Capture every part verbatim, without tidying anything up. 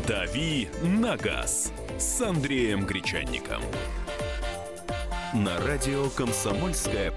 «Дави на газ» с Андреем Гречанником. На радио «Комсомольская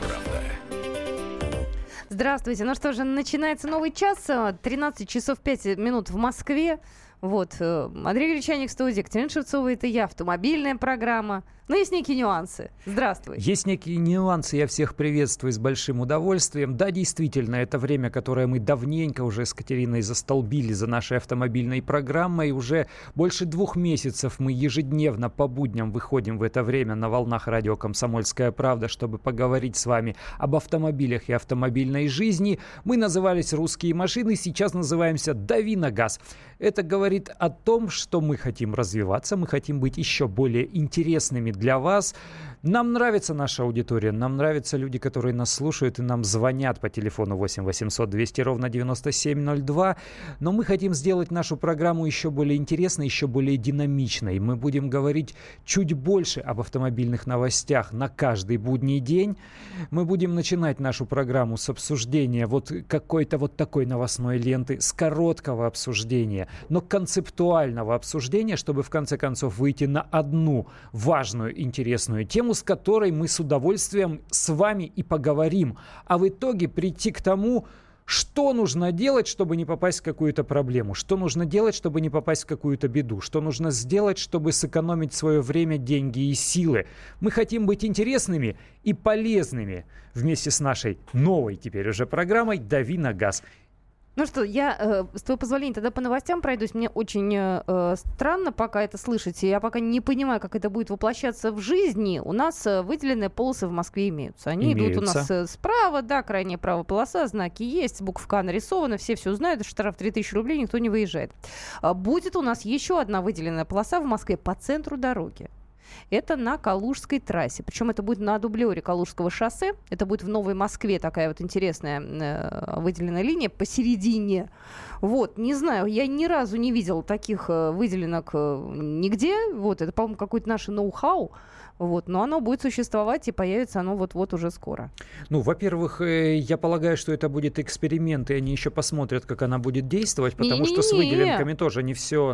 правда». Здравствуйте. Ну что же, начинается новый час. тринадцать часов пять минут в Москве. Вот, Андрей Гречанник в студии, Екатерина Шевцова, это я, автомобильная программа. Но есть некие нюансы. Здравствуй. Есть некие нюансы, я всех приветствую с большим удовольствием. Да, действительно, это время, которое мы давненько уже с Катериной застолбили за нашей автомобильной программой. Уже больше двух месяцев мы ежедневно по будням выходим в это время на волнах радио «Комсомольская правда», чтобы поговорить с вами об автомобилях и автомобильной жизни. Мы назывались «Русские машины», сейчас называемся «Дави на газ». Это говорит о том, что мы хотим развиваться, мы хотим быть еще более интересными для вас. Нам нравится наша аудитория, нам нравятся люди, которые нас слушают и нам звонят по телефону восемь восемьсот двести ровно девяносто семь ноль два. Но мы хотим сделать нашу программу еще более интересной, еще более динамичной. Мы будем говорить чуть больше об автомобильных новостях на каждый будний день. Мы будем начинать нашу программу с обсуждения вот какой-то вот такой новостной ленты, с короткого обсуждения, но концептуального обсуждения, чтобы в конце концов выйти на одну важную, интересную тему, с которой мы с удовольствием с вами и поговорим, а в итоге прийти к тому, что нужно делать, чтобы не попасть в какую-то проблему, что нужно делать, чтобы не попасть в какую-то беду, что нужно сделать, чтобы сэкономить свое время, деньги и силы. Мы хотим быть интересными и полезными вместе с нашей новой теперь уже программой «Дави на газ». Ну что, я, э, с твоего позволения, тогда по новостям пройдусь. Мне очень э, странно пока это слышать. Я пока не понимаю, как это будет воплощаться в жизни. У нас э, выделенные полосы в Москве имеются. Они имеются. идут у нас э, справа, да, крайняя правая полоса, знаки есть, буковка нарисована, все все знают, штраф три тысячи рублей, никто не выезжает. А будет у нас еще одна выделенная полоса в Москве по центру дороги. Это на Калужской трассе. Причем это будет на дублере Калужского шоссе. Это будет в Новой Москве такая вот интересная э, выделенная линия посередине. Вот, не знаю, я ни разу не видела таких э, выделенок э, нигде. Вот, это, по-моему, какое-то наше ноу-хау. Вот, но оно будет существовать, и появится оно вот-вот уже скоро. Ну, во-первых, э, я полагаю, что это будет эксперимент, и они еще посмотрят, как она будет действовать, потому Не-не-не-не. что с выделенками тоже не все...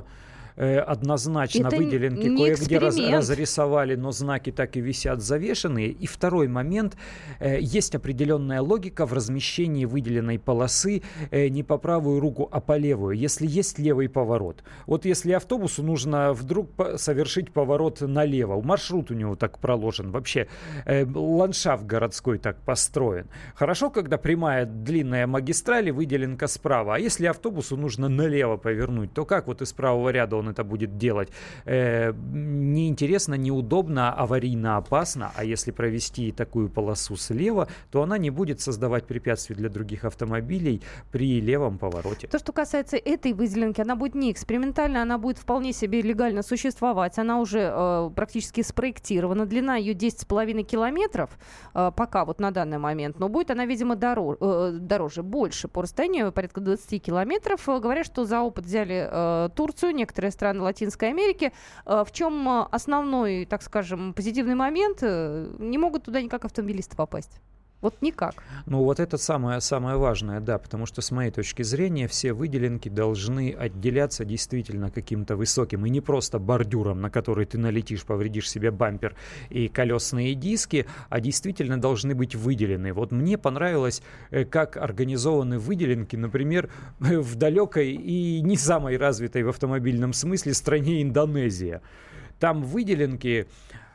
однозначно это выделенки кое-где раз, разрисовали, но знаки так и висят завешенные. И второй момент. Э, есть определенная логика в размещении выделенной полосы э, не по правую руку, а по левую. Если есть левый поворот. Вот если автобусу нужно вдруг по- совершить поворот налево, маршрут у него так проложен, вообще э, ландшафт городской так построен. Хорошо, когда прямая длинная магистраль и выделенка справа. А если автобусу нужно налево повернуть, то как вот из правого ряда он это будет делать? Э, неинтересно, неудобно, аварийно опасно, а если провести такую полосу слева, то она не будет создавать препятствий для других автомобилей при левом повороте. То, что касается этой выделенки, она будет не экспериментальная, она будет вполне себе легально существовать, она уже э, практически спроектирована, длина ее десять с половиной километров, э, пока вот на данный момент, но будет она, видимо, дороже, э, дороже больше по расстоянию, порядка двадцать километров. Э, говорят, что за опыт взяли э, Турцию, некоторые страны Латинской Америки. В чем основной, так скажем, позитивный момент? Не могут туда никак автомобилисты попасть. Вот никак. Ну, вот это самое, самое важное, да, потому что, с моей точки зрения, все выделенки должны отделяться действительно каким-то высоким, и не просто бордюром, на который ты налетишь, повредишь себе бампер и колесные диски, а действительно должны быть выделены. Вот мне понравилось, как организованы выделенки, например, в далекой и не самой развитой в автомобильном смысле стране Индонезия. Там выделенки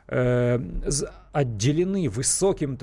э, отделены высоким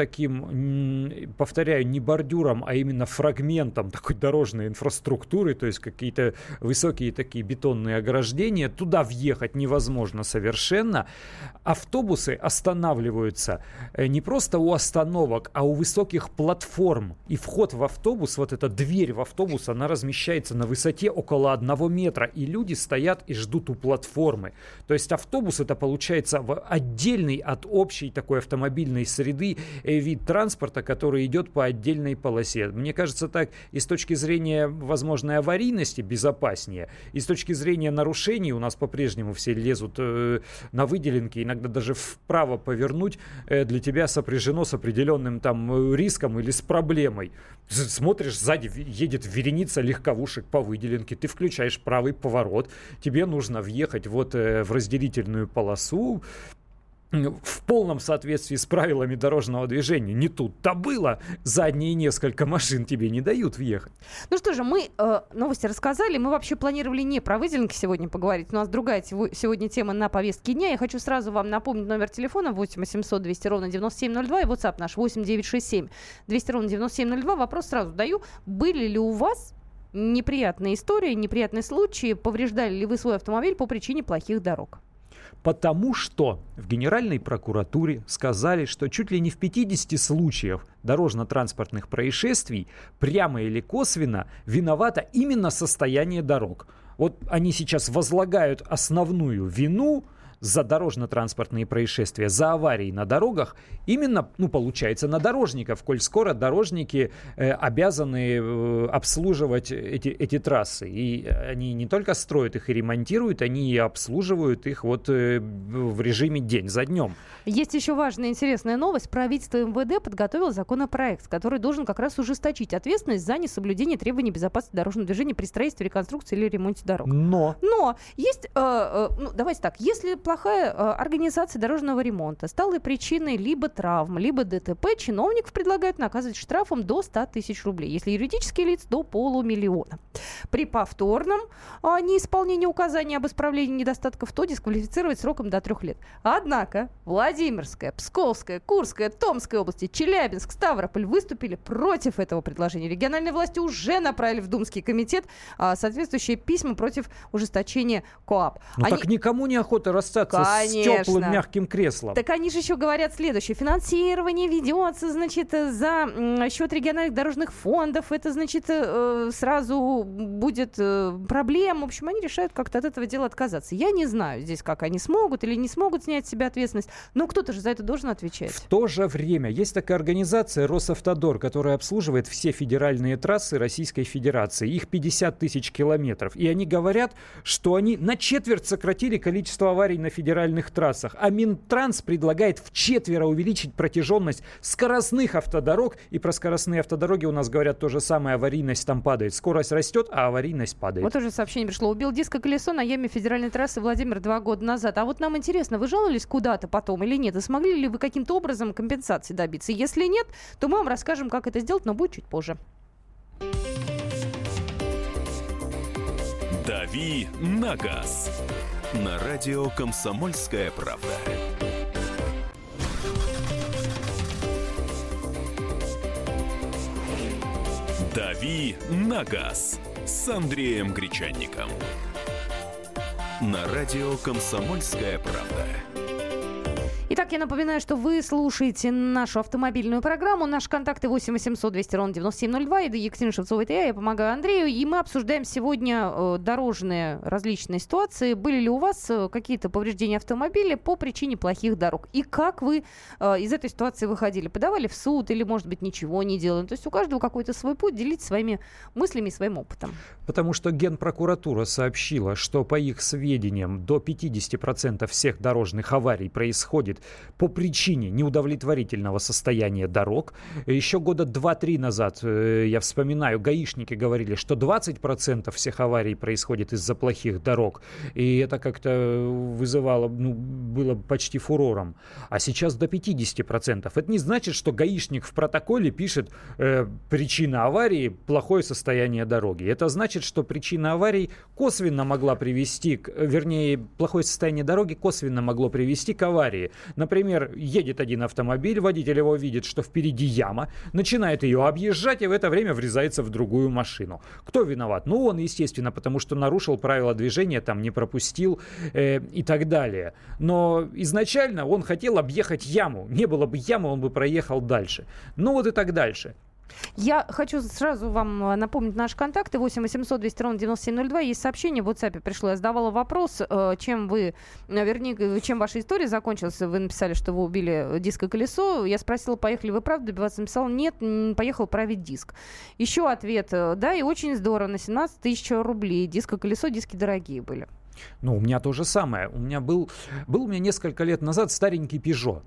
таким, повторяю, не бордюром, а именно фрагментом такой дорожной инфраструктуры, то есть какие-то высокие такие бетонные ограждения. Туда въехать невозможно совершенно. Автобусы останавливаются не просто у остановок, а у высоких платформ. И вход в автобус, вот эта дверь в автобус, она размещается на высоте около одного метра. И люди стоят и ждут у платформы. То есть автобус это получается отдельный от общей такой такой автомобильной среды вид транспорта, который идет по отдельной полосе. Мне кажется, так и с точки зрения возможной аварийности безопаснее, и с точки зрения нарушений у нас по-прежнему все лезут э, на выделенки, иногда даже вправо повернуть э, для тебя сопряжено с определенным там риском или с проблемой. Смотришь, сзади едет вереница легковушек по выделенке, ты включаешь правый поворот, тебе нужно въехать вот э, в разделительную полосу, в полном соответствии с правилами дорожного движения. Не тут-то было. Задние несколько машин тебе не дают въехать. Ну что же, мы э, новости рассказали. Мы вообще планировали не про выделенки сегодня поговорить. У нас другая сегодня тема на повестке дня. Я хочу сразу вам напомнить номер телефона восемь восемьсот двести ровно девяносто семь ноль два и WhatsApp наш восемь девятьсот шестьдесят семь двести ровно девяносто семь ноль два. Вопрос сразу даю. Были ли у вас неприятные истории, неприятные случаи? Повреждали ли вы свой автомобиль по причине плохих дорог? Потому что в Генеральной прокуратуре сказали, что чуть ли не в пятидесяти случаях дорожно-транспортных происшествий прямо или косвенно виновато именно состояние дорог. Вот они сейчас возлагают основную вину за дорожно-транспортные происшествия, за аварии на дорогах, именно, ну, получается, на дорожников, коль скоро дорожники э, обязаны э, обслуживать эти, эти трассы. И они не только строят их и ремонтируют, они и обслуживают их вот э, в режиме день за днем. Есть еще важная интересная новость. Правительство эм вэ дэ подготовило законопроект, который должен как раз ужесточить ответственность за несоблюдение требований безопасности дорожного движения при строительстве, реконструкции или ремонте дорог. Но! Но есть, э, э, ну, давайте так, если плохая э, организация дорожного ремонта стала причиной либо травм, либо дэ тэ пэ, чиновников предлагают наказывать штрафом до ста тысяч рублей. Если юридические лица, до полумиллиона. При повторном э, неисполнении указаний об исправлении недостатков, то дисквалифицировать сроком до трех лет. Однако Владимирская, Псковская, Курская, Томская области, Челябинск, Ставрополь выступили против этого предложения. Региональные власти уже направили в Думский комитет э, соответствующие письма против ужесточения КоАП. Ну Они... так никому не охота расстаться Конечно. с теплым мягким креслом. Так они же еще говорят следующее. Финансирование ведется, значит, за счет региональных дорожных фондов. Это, значит, сразу будет проблема. В общем, они решают как-то от этого дела отказаться. Я не знаю здесь, как они смогут или не смогут снять с себя ответственность. Но кто-то же за это должен отвечать. В то же время есть такая организация Росавтодор, которая обслуживает все федеральные трассы Российской Федерации. Их пятьдесят тысяч километров. И они говорят, что они на четверть сократили количество аварий на федеральных трассах. А Минтранс предлагает вчетверо увеличить протяженность скоростных автодорог. И про скоростные автодороги у нас говорят то же самое. Аварийность там падает. Скорость растет, а аварийность падает. Вот уже сообщение пришло. Убил диско колесо на яме федеральной трассы Владимир два года назад. А вот нам интересно, вы жаловались куда-то потом или нет? И смогли ли вы каким-то образом компенсации добиться? Если нет, то мы вам расскажем, как это сделать, но будет чуть позже. «Дави на газ» на радио «Комсомольская правда». «Дави на газ» с Андреем Гречанником. На радио «Комсомольская правда». Итак, я напоминаю, что вы слушаете нашу автомобильную программу. Наши контакты восемь восемьсот двести ровно девяносто семь ноль два. Это Екатерина Шевцова, это я, я помогаю Андрею. И мы обсуждаем сегодня э, дорожные различные ситуации. Были ли у вас э, какие-то повреждения автомобиля по причине плохих дорог? И как вы э, из этой ситуации выходили? Подавали в суд или, может быть, ничего не делали? То есть у каждого какой-то свой путь. Делитесь своими мыслями и своим опытом. Потому что Генпрокуратура сообщила, что по их сведениям до пятьдесят процентов всех дорожных аварий происходит по причине неудовлетворительного состояния дорог. Еще года два-три назад, э, я вспоминаю, гаишники говорили, что двадцать процентов всех аварий происходит из-за плохих дорог. И это как-то вызывало, ну, было почти фурором. А сейчас до пятьдесят процентов. Это не значит, что гаишник в протоколе пишет э, причина аварии – плохое состояние дороги. Это значит, что причина аварии косвенно могла привести, к, вернее, плохое состояние дороги косвенно могло привести к аварии. Например, едет один автомобиль, водитель его видит, что впереди яма, начинает ее объезжать и в это время врезается в другую машину. Кто виноват? Ну, он, естественно, потому что нарушил правила движения, там не пропустил э, и так далее. Но изначально он хотел объехать яму. Не было бы ямы, он бы проехал дальше. Ну вот и так дальше. Я хочу сразу вам напомнить наши контакты. восемь восемьсот двести ровно девяносто семь ноль два. Есть сообщение в WhatsApp пришло. Я задавала вопрос, чем вы, вернее, чем ваша история закончилась. Вы написали, что вы убили диск и колесо. Я спросила, поехали вы правда добиваться? Написала, нет, поехал править диск. Еще ответ, да, и очень здорово, на семнадцать тысяч рублей. Диск и колесо, диски дорогие были. Ну, у меня то же самое. У меня был, был у меня несколько лет назад старенький Peugeot.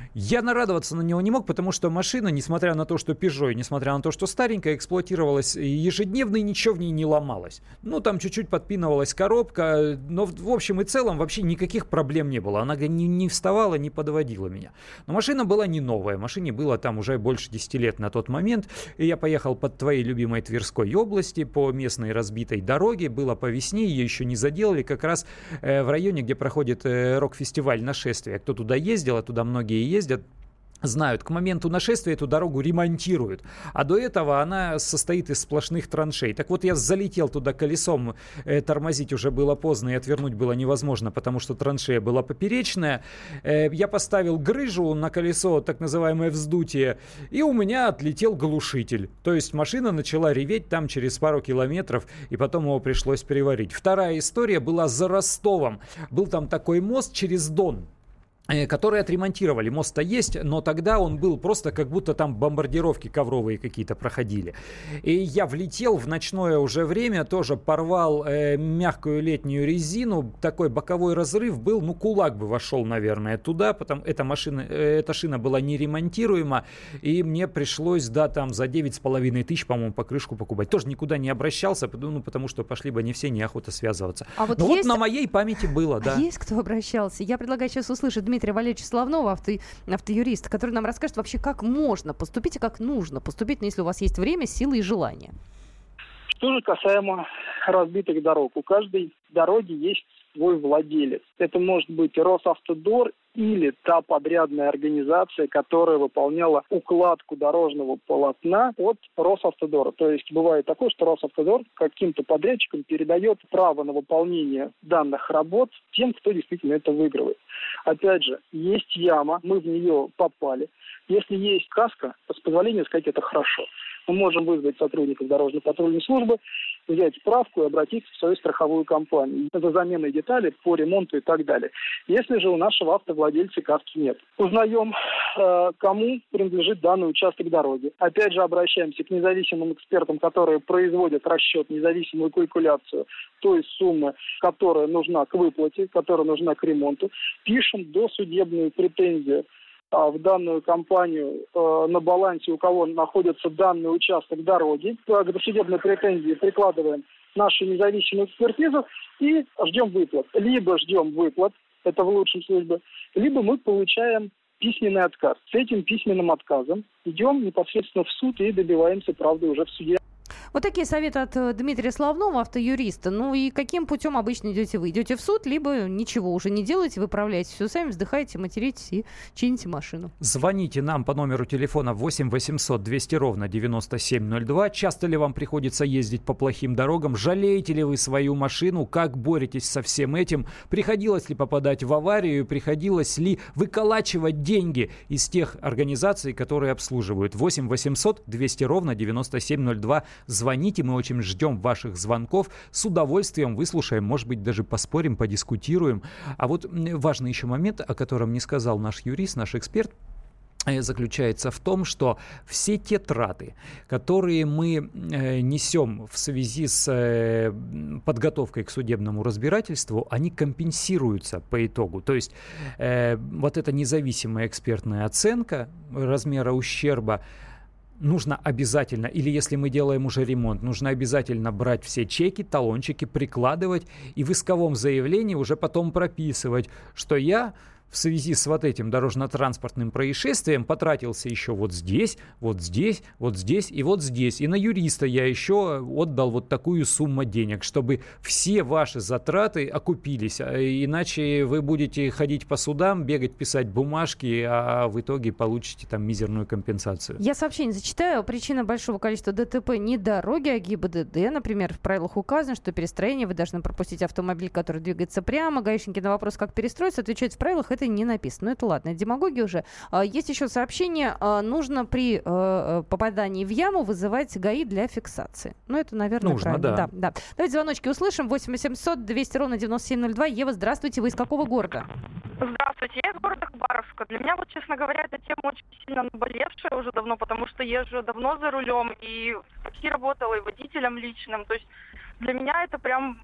Я нарадоваться на него не мог, потому что машина, несмотря на то, что Peugeot, и несмотря на то, что старенькая, эксплуатировалась ежедневно, и ничего в ней не ломалось. Ну, там чуть-чуть подпинывалась коробка, но в, в общем и целом вообще никаких проблем не было. Она не, не вставала, не подводила меня. Но машина была не новая, машине было там уже больше десяти лет на тот момент, и я поехал под твоей любимой Тверской области по местной разбитой дороге, было по весне, ее еще не заделали, как раз э, в районе, где проходит э, рок-фестиваль «Нашествие». Кто туда ездил, а туда многие ездят, знают, к моменту нашествия эту дорогу ремонтируют, а до этого она состоит из сплошных траншей. Так вот, я залетел туда колесом, э, тормозить уже было поздно и отвернуть было невозможно, потому что траншея была поперечная. Э, я поставил грыжу на колесо, так называемое вздутие, и у меня отлетел глушитель. То есть машина начала реветь там через пару километров, и потом его пришлось переварить. Вторая история была за Ростовом. Был там такой мост через Дон, которые отремонтировали. Мост-то есть, но тогда он был просто как будто там бомбардировки ковровые какие-то проходили. И я влетел в ночное уже время, тоже порвал э, мягкую летнюю резину, такой боковой разрыв был, ну кулак бы вошел, наверное, туда, потому эта машина, э, эта шина была неремонтируема, и мне пришлось, да, там за девять с половиной тысяч, по-моему, покрышку покупать. Тоже никуда не обращался, ну, потому что пошли бы не все, неохота связываться. А вот но есть... вот на моей памяти было, да. Есть кто обращался? Я предлагаю сейчас услышать Дмитрия Дмитрия Валерьевича Славнова, авто, автоюриста, который нам расскажет вообще, как можно поступить и как нужно поступить, если у вас есть время, силы и желание. Что же касаемо разбитых дорог. У каждой дороги есть свой владелец. Это может быть Росавтодор или та подрядная организация, которая выполняла укладку дорожного полотна от Росавтодора. То есть бывает такое, что Росавтодор каким-то подрядчикам передает право на выполнение данных работ тем, кто действительно это выигрывает. Опять же, есть яма, мы в нее попали. Если есть каска, то с позволения сказать, это хорошо. Мы можем вызвать сотрудников дорожно-патрульной службы, взять справку и обратиться в свою страховую компанию за заменой деталей по ремонту и так далее. Если же у нашего автовладельца каски нет, узнаем, э, кому принадлежит данный участок дороги. Опять же, обращаемся к независимым экспертам, которые производят расчет, независимую калькуляцию той суммы, которая нужна к выплате, которая нужна к ремонту. Пишем досудебную претензию в данную компанию, э, на балансе у кого находится данный участок дороги. К досудебной претензии прикладываем нашу независимую экспертизу и ждем выплат. Либо ждем выплат, это в лучшем случае, либо мы получаем письменный отказ. С этим письменным отказом идем непосредственно в суд и добиваемся правды уже в суде. Вот такие советы от Дмитрия Славнова, автоюриста. Ну и каким путем обычно идете вы? Идете в суд, либо ничего уже не делаете, выправляете все сами, вздыхаете, материтесь и чините машину. Звоните нам по номеру телефона восемь восемьсот двести ровно девяносто семь ноль два. Часто ли вам приходится ездить по плохим дорогам? Жалеете ли вы свою машину? Как боретесь со всем этим? Приходилось ли попадать в аварию? Приходилось ли выколачивать деньги из тех организаций, которые обслуживают? восемь восемьсот двести ровно девяносто семь ноль два. Звоните, мы очень ждем ваших звонков. С удовольствием выслушаем, может быть, даже поспорим, подискутируем. А вот важный еще момент, о котором не сказал наш юрист, наш эксперт, заключается в том, что все те траты, которые мы э, несем в связи с э, подготовкой к судебному разбирательству, они компенсируются по итогу. То есть э, вот эта независимая экспертная оценка размера ущерба нужно обязательно, или если мы делаем уже ремонт, нужно обязательно брать все чеки, талончики, прикладывать и в исковом заявлении уже потом прописывать, что я в связи с вот этим дорожно-транспортным происшествием потратился еще вот здесь, вот здесь, вот здесь и вот здесь. И на юриста я еще отдал вот такую сумму денег, чтобы все ваши затраты окупились. Иначе вы будете ходить по судам, бегать, писать бумажки, а в итоге получите там мизерную компенсацию. Я сообщение зачитаю. Причина большого количества ДТП не дороги, а ГИБДД. Например, в правилах указано, что перестроение вы должны пропустить автомобиль, который двигается прямо. Гаишники на вопрос, как перестроиться, отвечают: в правилах этой не написано. Ну, это ладно, демагогия уже. Есть еще сообщение, нужно при попадании в яму вызывать ГАИ для фиксации. Ну, это, наверное, нужно, правильно. да. Да, да. Давайте звоночки услышим. восемь восемьсот двести ровно девяносто семь ноль два. Ева, здравствуйте. Вы из какого города? Здравствуйте, я из города Хабаровска. Для меня, вот, честно говоря, эта тема очень сильно наболевшая уже давно, потому что езжу давно за рулем и в такси работала, и водителем личным. То есть для меня это прям,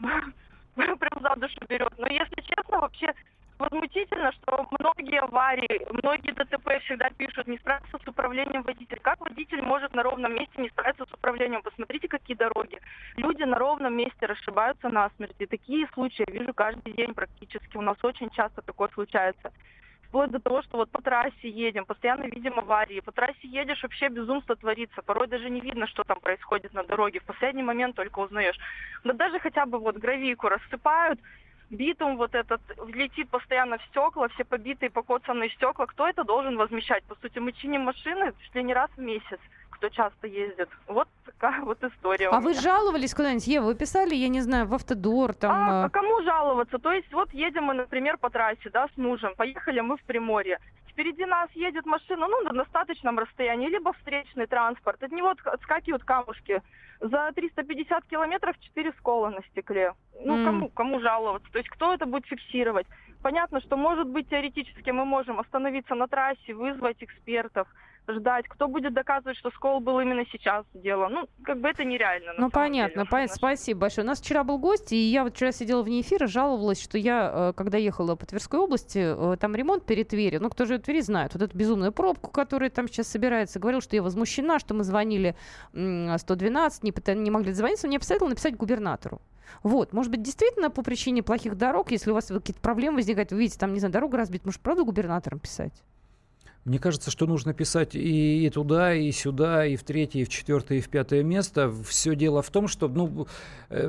прям за душу берет. Но если честно, вообще возмутительно, что многие аварии, многие ДТП всегда пишут, не справиться с управлением водителя. Как водитель может на ровном месте не справиться с управлением? Посмотрите, какие дороги. Люди на ровном месте расшибаются насмерть. И такие случаи я вижу каждый день практически. У нас очень часто такое случается. Вплоть до того, что вот по трассе едем, постоянно видим аварии. По трассе едешь, вообще безумство творится. Порой даже не видно, что там происходит на дороге. В последний момент только узнаешь. Да даже хотя бы вот гравийку рассыпают, битум вот этот летит постоянно в стекла, все побитые, покоцанные стекла. Кто это должен возмещать? По сути, мы чиним машины чуть ли не раз в месяц, кто часто ездит. Вот такая вот история. А вы жаловались куда-нибудь, Ева? Вы писали, я не знаю, в Автодор? Там... А, а кому жаловаться? То есть вот едем мы, например, по трассе, да, с мужем. Поехали мы в Приморье. Впереди нас едет машина, ну, на достаточном расстоянии, либо встречный транспорт. От него отскакивают камушки. За триста пятьдесят километров четыре скола на стекле. Ну, mm. кому, кому жаловаться? То есть кто это будет фиксировать? Понятно, что, может быть, теоретически мы можем остановиться на трассе, вызвать экспертов, ждать. Кто будет доказывать, что скол был именно сейчас сделан? Ну, как бы это нереально. Ну, понятно. Понятно. Спасибо большое. У нас вчера был гость, и я вот вчера сидела вне эфира, жаловалась, что я, когда ехала по Тверской области, там ремонт перед Тверью. Ну, кто живет в Твери, знает. Вот эту безумную пробку, которая там сейчас собирается. Говорил, что я возмущена, что мы звонили сто двенадцать, не, не могли дозвониться. Мне посоветовал написать губернатору. Вот, может быть, действительно по причине плохих дорог, если у вас какие-то проблемы возникают, вы видите, там, не знаю, дорога разбита, может, правда губернаторам писать? Мне кажется, что нужно писать и, и туда, и сюда, и в третье, и в четвертое, и в пятое место. Все дело в том, что ну, э,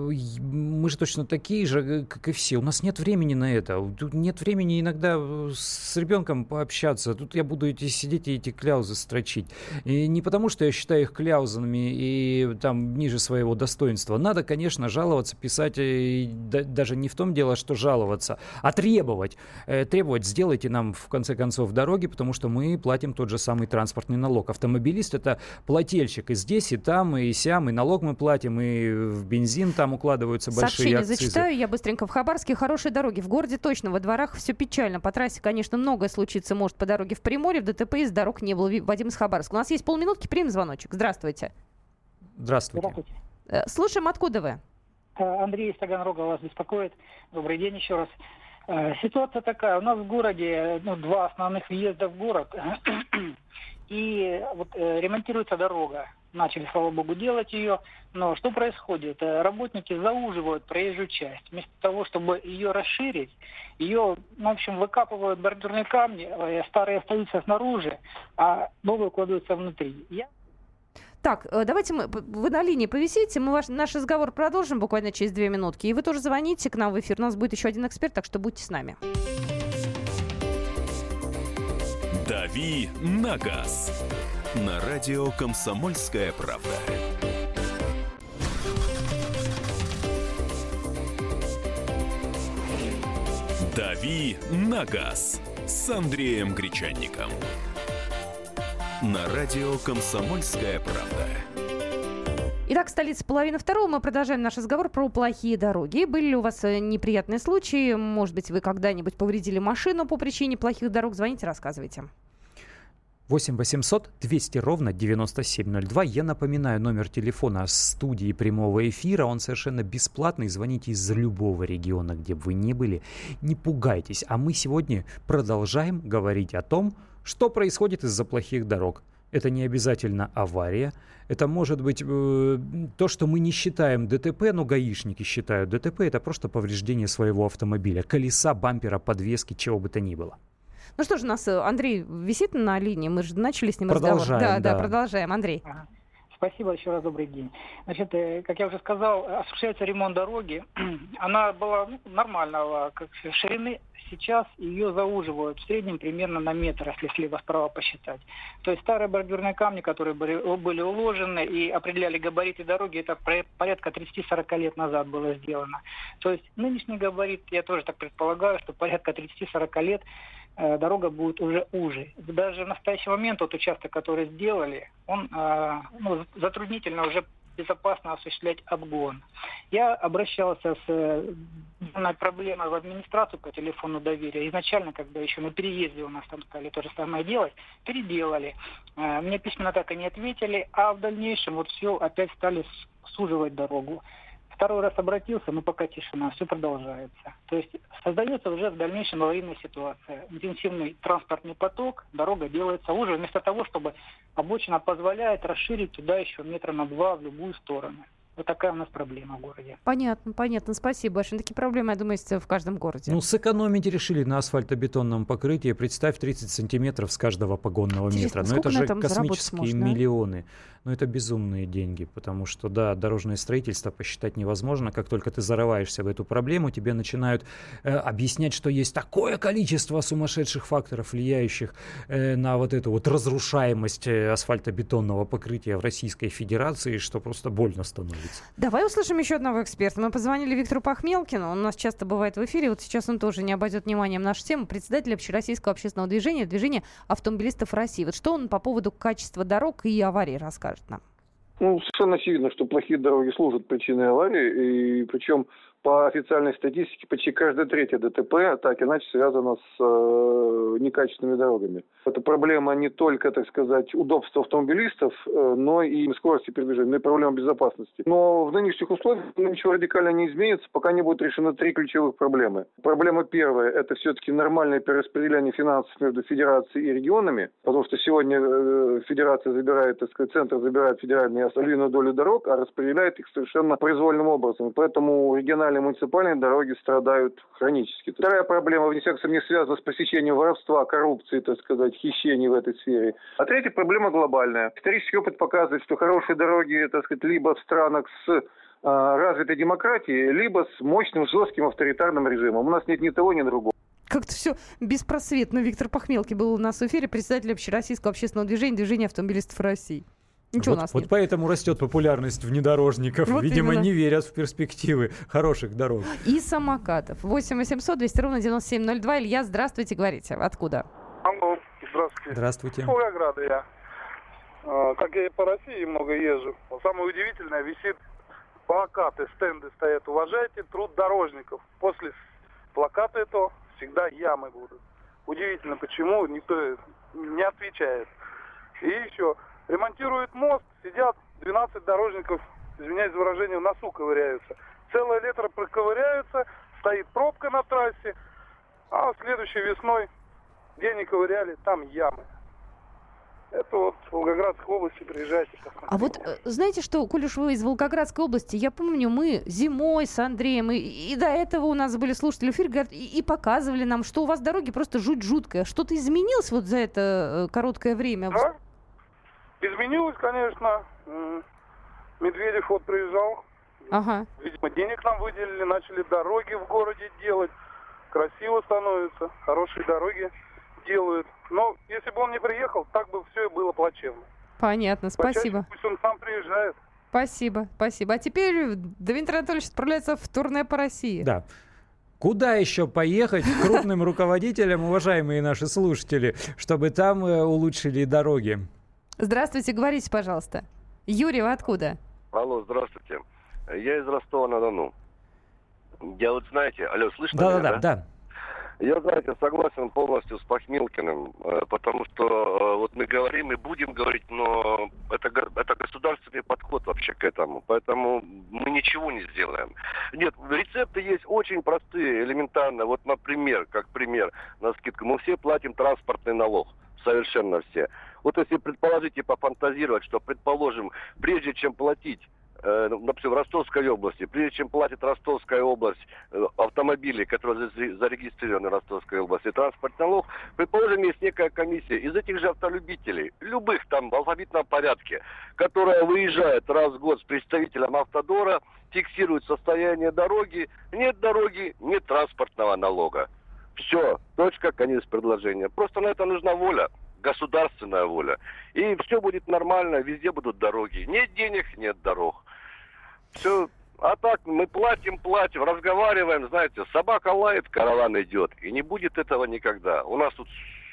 мы же точно такие же, как и все. У нас нет времени на это. Тут нет времени иногда с ребенком пообщаться. Тут я буду эти, сидеть и эти кляузы строчить. И не потому, что я считаю их кляузами и там ниже своего достоинства. Надо, конечно, жаловаться, писать. И да, даже не в том дело, что жаловаться, а требовать. Э, требовать, сделайте нам, в конце концов, дороги, потому что мы платим тот же самый транспортный налог. Автомобилист — это плательщик и здесь, и там, и сям, и налог мы платим, и в бензин там укладываются большие Сообщение акцизы. зачитаю я быстренько. В Хабаровске хорошие дороги. В городе точно, во дворах все печально. По трассе, конечно, многое случится может по дороге в Приморье. В ДТП из дорог не было. Вадим из Хабаровска. У нас есть полминутки, примем звоночек. Здравствуйте. Здравствуйте. Здравствуйте. Слушаем, откуда вы? Андрей из Таганрога вас беспокоит. Добрый день еще раз. Ситуация такая. У нас в городе ну, два основных въезда в город. И вот э, ремонтируется дорога. Начали, слава богу, делать ее. Но что происходит? Работники зауживают проезжую часть. Вместо того, чтобы ее расширить, ее, ну, в общем, выкапывают бордюрные камни, старые остаются снаружи, а новые кладутся внутри. Я... Так, давайте мы, вы на линии повисите, мы ваш, наш разговор продолжим буквально через две минутки. И вы тоже звоните к нам в эфир. У нас будет еще один эксперт, так что будьте с нами. «Дави на газ» на радио «Комсомольская правда». «Дави на газ» с Андреем Гречанником. На радио «Комсомольская правда». Итак, столица половина второго. Мы продолжаем наш разговор про плохие дороги. Были ли у вас неприятные случаи? Может быть, вы когда-нибудь повредили машину по причине плохих дорог? Звоните, рассказывайте. восемь восемьсот двести ровно девяносто семь ноль два. Я напоминаю, номер телефона студии прямого эфира. Он совершенно бесплатный. Звоните из любого региона, где бы вы ни были. Не пугайтесь. А мы сегодня продолжаем говорить о том, что происходит из-за плохих дорог. Это не обязательно авария. Это может быть э, то, что мы не считаем ДТП, но гаишники считают ДТП. Это просто повреждение своего автомобиля. Колеса, бампера, подвески, чего бы то ни было. Ну что ж, у нас Андрей висит на линии. Мы же начали с ним продолжаем, разговор. Да, да, да, продолжаем. Андрей. Ага. Спасибо, еще раз добрый день. Значит, как я уже сказал, осуществляется ремонт дороги. Она была нормального как ширины. Сейчас ее зауживают в среднем примерно на метр, если слева справа посчитать. То есть старые бордюрные камни, которые были, были уложены и определяли габариты дороги, это порядка тридцать-сорок лет назад было сделано. То есть нынешний габарит, я тоже так предполагаю, что порядка тридцать-сорок лет э, дорога будет уже уже. Даже в настоящий момент тот участок, который сделали, он э, ну, затруднительно уже безопасно осуществлять обгон. Я обращался с данной проблемой в администрацию по телефону доверия. Изначально, когда еще на переезде у нас там стали то же самое делать, переделали. Мне письменно так и не ответили, а в дальнейшем вот все опять стали суживать дорогу. Второй раз обратился, но пока тишина, все продолжается. То есть создается уже в дальнейшем аварийная ситуация. Интенсивный транспортный поток, дорога делается уже, вместо того, чтобы обочина позволяет расширить туда еще метра на два в любую сторону. Вот такая у нас проблема в городе. Понятно, понятно. Спасибо большое. Такие проблемы, я думаю, есть в каждом городе. Ну, сэкономить решили на асфальтобетонном покрытии. Представь, тридцать сантиметров с каждого погонного Интересно, метра. Но это же можно, космические а? миллионы. Но это безумные деньги, потому что, да, дорожное строительство посчитать невозможно. Как только ты зарываешься в эту проблему, тебе начинают э, объяснять, что есть такое количество сумасшедших факторов, влияющих э, на вот эту вот разрушаемость э, асфальтобетонного покрытия в Российской Федерации, что просто больно становится. Давай услышим еще одного эксперта. Мы позвонили Виктору Пахмелкину, он у нас часто бывает в эфире, вот сейчас он тоже не обойдет вниманием нашу тему, председатель Общероссийского общественного движения, движения автомобилистов России. Вот что он по поводу качества дорог и аварий расскажет нам? Ну, совершенно очевидно, что плохие дороги служат причиной аварии, и причем по официальной статистике почти каждая третья ДТП так иначе связана с э, некачественными дорогами. Это проблема не только, так сказать, удобства автомобилистов, э, но и скорости передвижения, но и проблема безопасности. Но в нынешних условиях ничего радикально не изменится, пока не будут решены три ключевых проблемы. Проблема первая – это все-таки нормальное перераспределение финансов между федерацией и регионами, потому что сегодня э, федерация забирает, так сказать, центр забирает федеральные львиную долю дорог, а распределяет их совершенно произвольным образом. Поэтому региональные муниципальные дороги страдают хронически. Вторая проблема, вне всякого сомнения, связана с пресечением воровства, коррупции, так сказать, хищений в этой сфере. А третья проблема глобальная. Исторический опыт показывает, что хорошие дороги, так сказать, либо в странах с а, развитой демократией, либо с мощным, жестким авторитарным режимом. У нас нет ни того, ни другого. Как-то все беспросветно. Виктор Пахмелкин был у нас в эфире, председатель Общероссийского общественного движения, движения автомобилистов России. Ничего вот, у нас вот нет. поэтому растет популярность внедорожников. Вот Видимо, именно. не верят в перспективы хороших дорог. И самокатов. восемь восемьсот двести ровно девяносто семь ноль два. Илья, здравствуйте, говорите. Откуда? Алло, здравствуйте. Здравствуйте. С Волгограда я. А, как я и по России много езжу. Самое удивительное, висит плакаты, стенды стоят. Уважайте труд дорожников. После плаката этого всегда ямы будут. Удивительно, почему никто не отвечает. И еще... Ремонтируют мост, сидят двенадцать дорожников, извиняюсь за выражение, в носу ковыряются. Целое лето проковыряются, стоит пробка на трассе, а следующей весной, где они ковыряли, там ямы. Это вот в Волгоградской области, приезжайте. А вот знаете что, коль уж вы из Волгоградской области, я помню, мы зимой с Андреем, и, и до этого у нас были слушатели в эфире, говорят, и, и показывали нам, что у вас дороги просто жуть жуткая. Что-то изменилось вот за это короткое время? Да? Изменилось, конечно. Медведев вот приезжал. Ага. Видимо, денег нам выделили, начали дороги в городе делать. Красиво становится, хорошие дороги делают. Но если бы он не приехал, так бы все и было плачевно. Понятно, спасибо. Почаще пусть он сам приезжает. Спасибо, спасибо. А теперь Дмитрий Анатольевич отправляется в турне по России. Да. Куда еще поехать крупным руководителям, уважаемые наши слушатели, чтобы там улучшили дороги? Здравствуйте, говорите, пожалуйста. Юрий, вы откуда? Алло, здравствуйте. Я из Ростова-на-Дону. Я вот, знаете, алло, слышно да, меня, да? да? Да, Я, знаете, согласен полностью с Пахмелкиным, потому что вот мы говорим и будем говорить, но это, это государственный подход вообще к этому, поэтому мы ничего не сделаем. Нет, рецепты есть очень простые, элементарно. Вот, например, как пример, на скидку, мы все платим транспортный налог. Совершенно все. Вот если предположить и пофантазировать, что, предположим, прежде чем платить э, например, в Ростовской области, прежде чем платит Ростовская область э, автомобили, которые зарегистрированы в Ростовской области, транспортный налог, предположим, есть некая комиссия из этих же автолюбителей, любых там в алфавитном порядке, которая выезжает раз в год с представителем Автодора, фиксирует состояние дороги, нет дороги, нет транспортного налога. Все, точка, конец предложения. Просто на это нужна воля, государственная воля. И все будет нормально, везде будут дороги. Нет денег, нет дорог. Все. А так мы платим, платим, разговариваем, знаете, собака лает, караван идет. И не будет этого никогда. У нас тут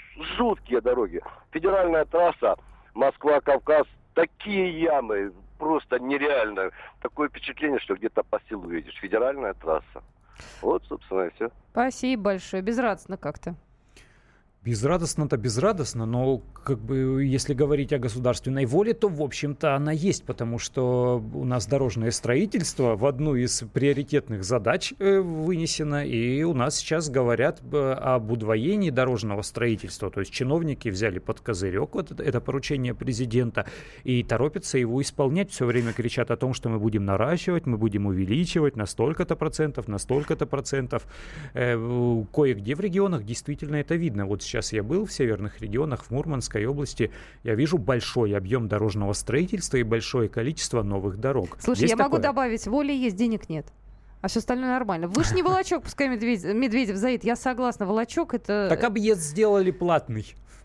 жуткие дороги. Федеральная трасса Москва-Кавказ, такие ямы, просто нереально. Такое впечатление, что где-то по селу едешь. Федеральная трасса. Вот, собственно, и все. Спасибо большое. Безрадостно как-то. Безрадостно-то безрадостно, но как бы если говорить о государственной воле, то, в общем-то, она есть, потому что у нас дорожное строительство в одну из приоритетных задач э, вынесено, и у нас сейчас говорят об удвоении дорожного строительства, то есть чиновники взяли под козырек вот это, это поручение президента и торопятся его исполнять, все время кричат о том, что мы будем наращивать, мы будем увеличивать на столько-то процентов, на столько-то процентов. Э, кое-где в регионах действительно это видно. Вот сейчас я был в северных регионах, в Мурманской области, я вижу большой объем дорожного строительства и большое количество новых дорог. Слушай, есть я такое? могу добавить, воли есть, денег нет. А все остальное нормально. Вышний Волочок, пускай Медведев, Медведев заедет. Я согласна, Волочок это... Так объезд сделали платный.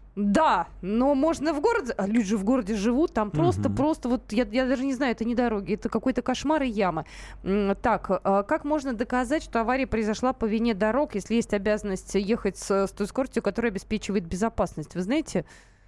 Да, но можно в городе, а люди же в городе живут, там просто, Мгм. просто вот, я, я даже не знаю, это не дороги, это какой-то кошмар и яма. М, Так, а как можно доказать, что авария произошла по вине дорог, если есть обязанность ехать с, с той скоростью, которая обеспечивает безопасность? Вы знаете,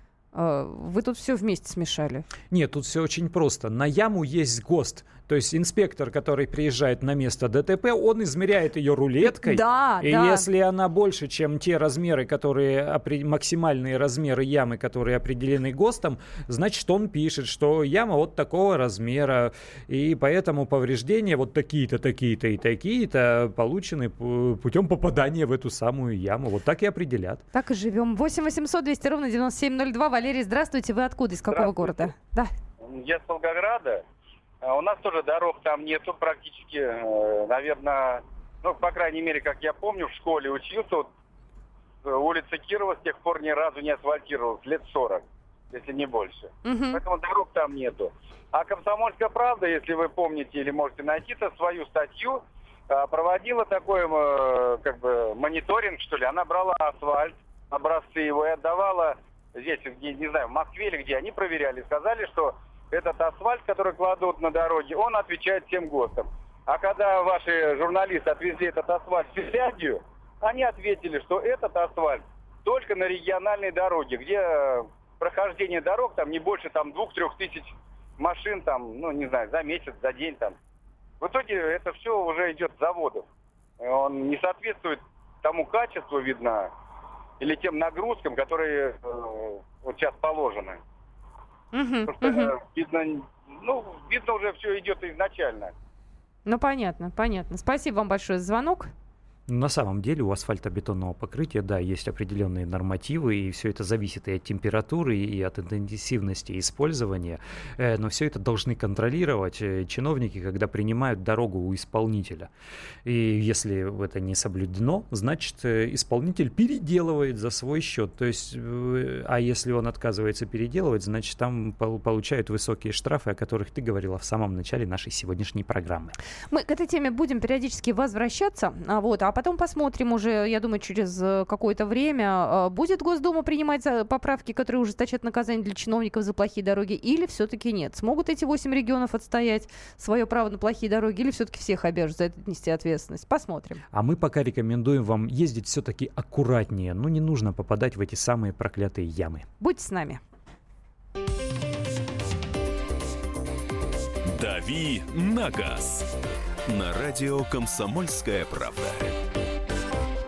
а, вы тут все вместе смешали. Нет, тут все очень просто. На яму есть ГОСТ. То есть инспектор, который приезжает на место ДТП, он измеряет ее рулеткой. Да, и да. если она больше, чем те размеры, которые опре- максимальные размеры ямы, которые определены ГОСТом, значит, он пишет, что яма вот такого размера, и поэтому повреждения вот такие-то, такие-то и такие-то получены п- путем попадания в эту самую яму. Вот так и определят. Так и живем. восемь восемьсот двести ровно девяносто семь ноль два. Валерий, здравствуйте. Вы откуда? Из какого города? Да. Я с Волгограда. У нас тоже дорог там нету практически. Наверное, ну, по крайней мере, как я помню, в школе учился. Вот, улица Кирова с тех пор ни разу не асфальтировалась. Лет сорок, если не больше. Мгм. Поэтому дорог там нету. А «Комсомольская правда», если вы помните или можете найти-то, свою статью проводила такой как бы мониторинг, что ли. Она брала асфальт, образцы его и отдавала здесь, где, не знаю, в Москве или где. Они проверяли, сказали, что этот асфальт, который кладут на дороге, он отвечает всем ГОСТам. А когда ваши журналисты отвезли этот асфальт в Финляндию, они ответили, что этот асфальт только на региональной дороге, где прохождение дорог там не больше там двух-трех тысяч машин, там, ну, не знаю, за месяц, за день там. В итоге это все уже идет с заводов. Он не соответствует тому качеству, видно, или тем нагрузкам, которые э, вот сейчас положены. Мгм, Потому что, мгм. э, видно, ну, видно уже все идет изначально. Ну, понятно, понятно. Спасибо вам большое за звонок. На самом деле у асфальтобетонного покрытия, да, есть определенные нормативы, и все это зависит и от температуры, и от интенсивности использования, э, но все это должны контролировать э, чиновники, когда принимают дорогу у исполнителя. И если это не соблюдено, значит, э, исполнитель переделывает за свой счет. То есть, э, а если он отказывается переделывать, значит, там пол- получают высокие штрафы, о которых ты говорила в самом начале нашей сегодняшней программы. Мы к этой теме будем периодически возвращаться, а, вот, а потом посмотрим уже, я думаю, через э, какое-то время, э, будет Госдума принимать за- поправки, которые ужесточат наказание для чиновников за плохие дороги, или все-таки нет? Смогут эти восемь регионов отстоять свое право на плохие дороги, или все-таки всех обяжут за это нести ответственность? Посмотрим. А мы пока рекомендуем вам ездить все-таки аккуратнее, но не нужно попадать в эти самые проклятые ямы. Будьте с нами. «Дави на газ» на радио «Комсомольская правда».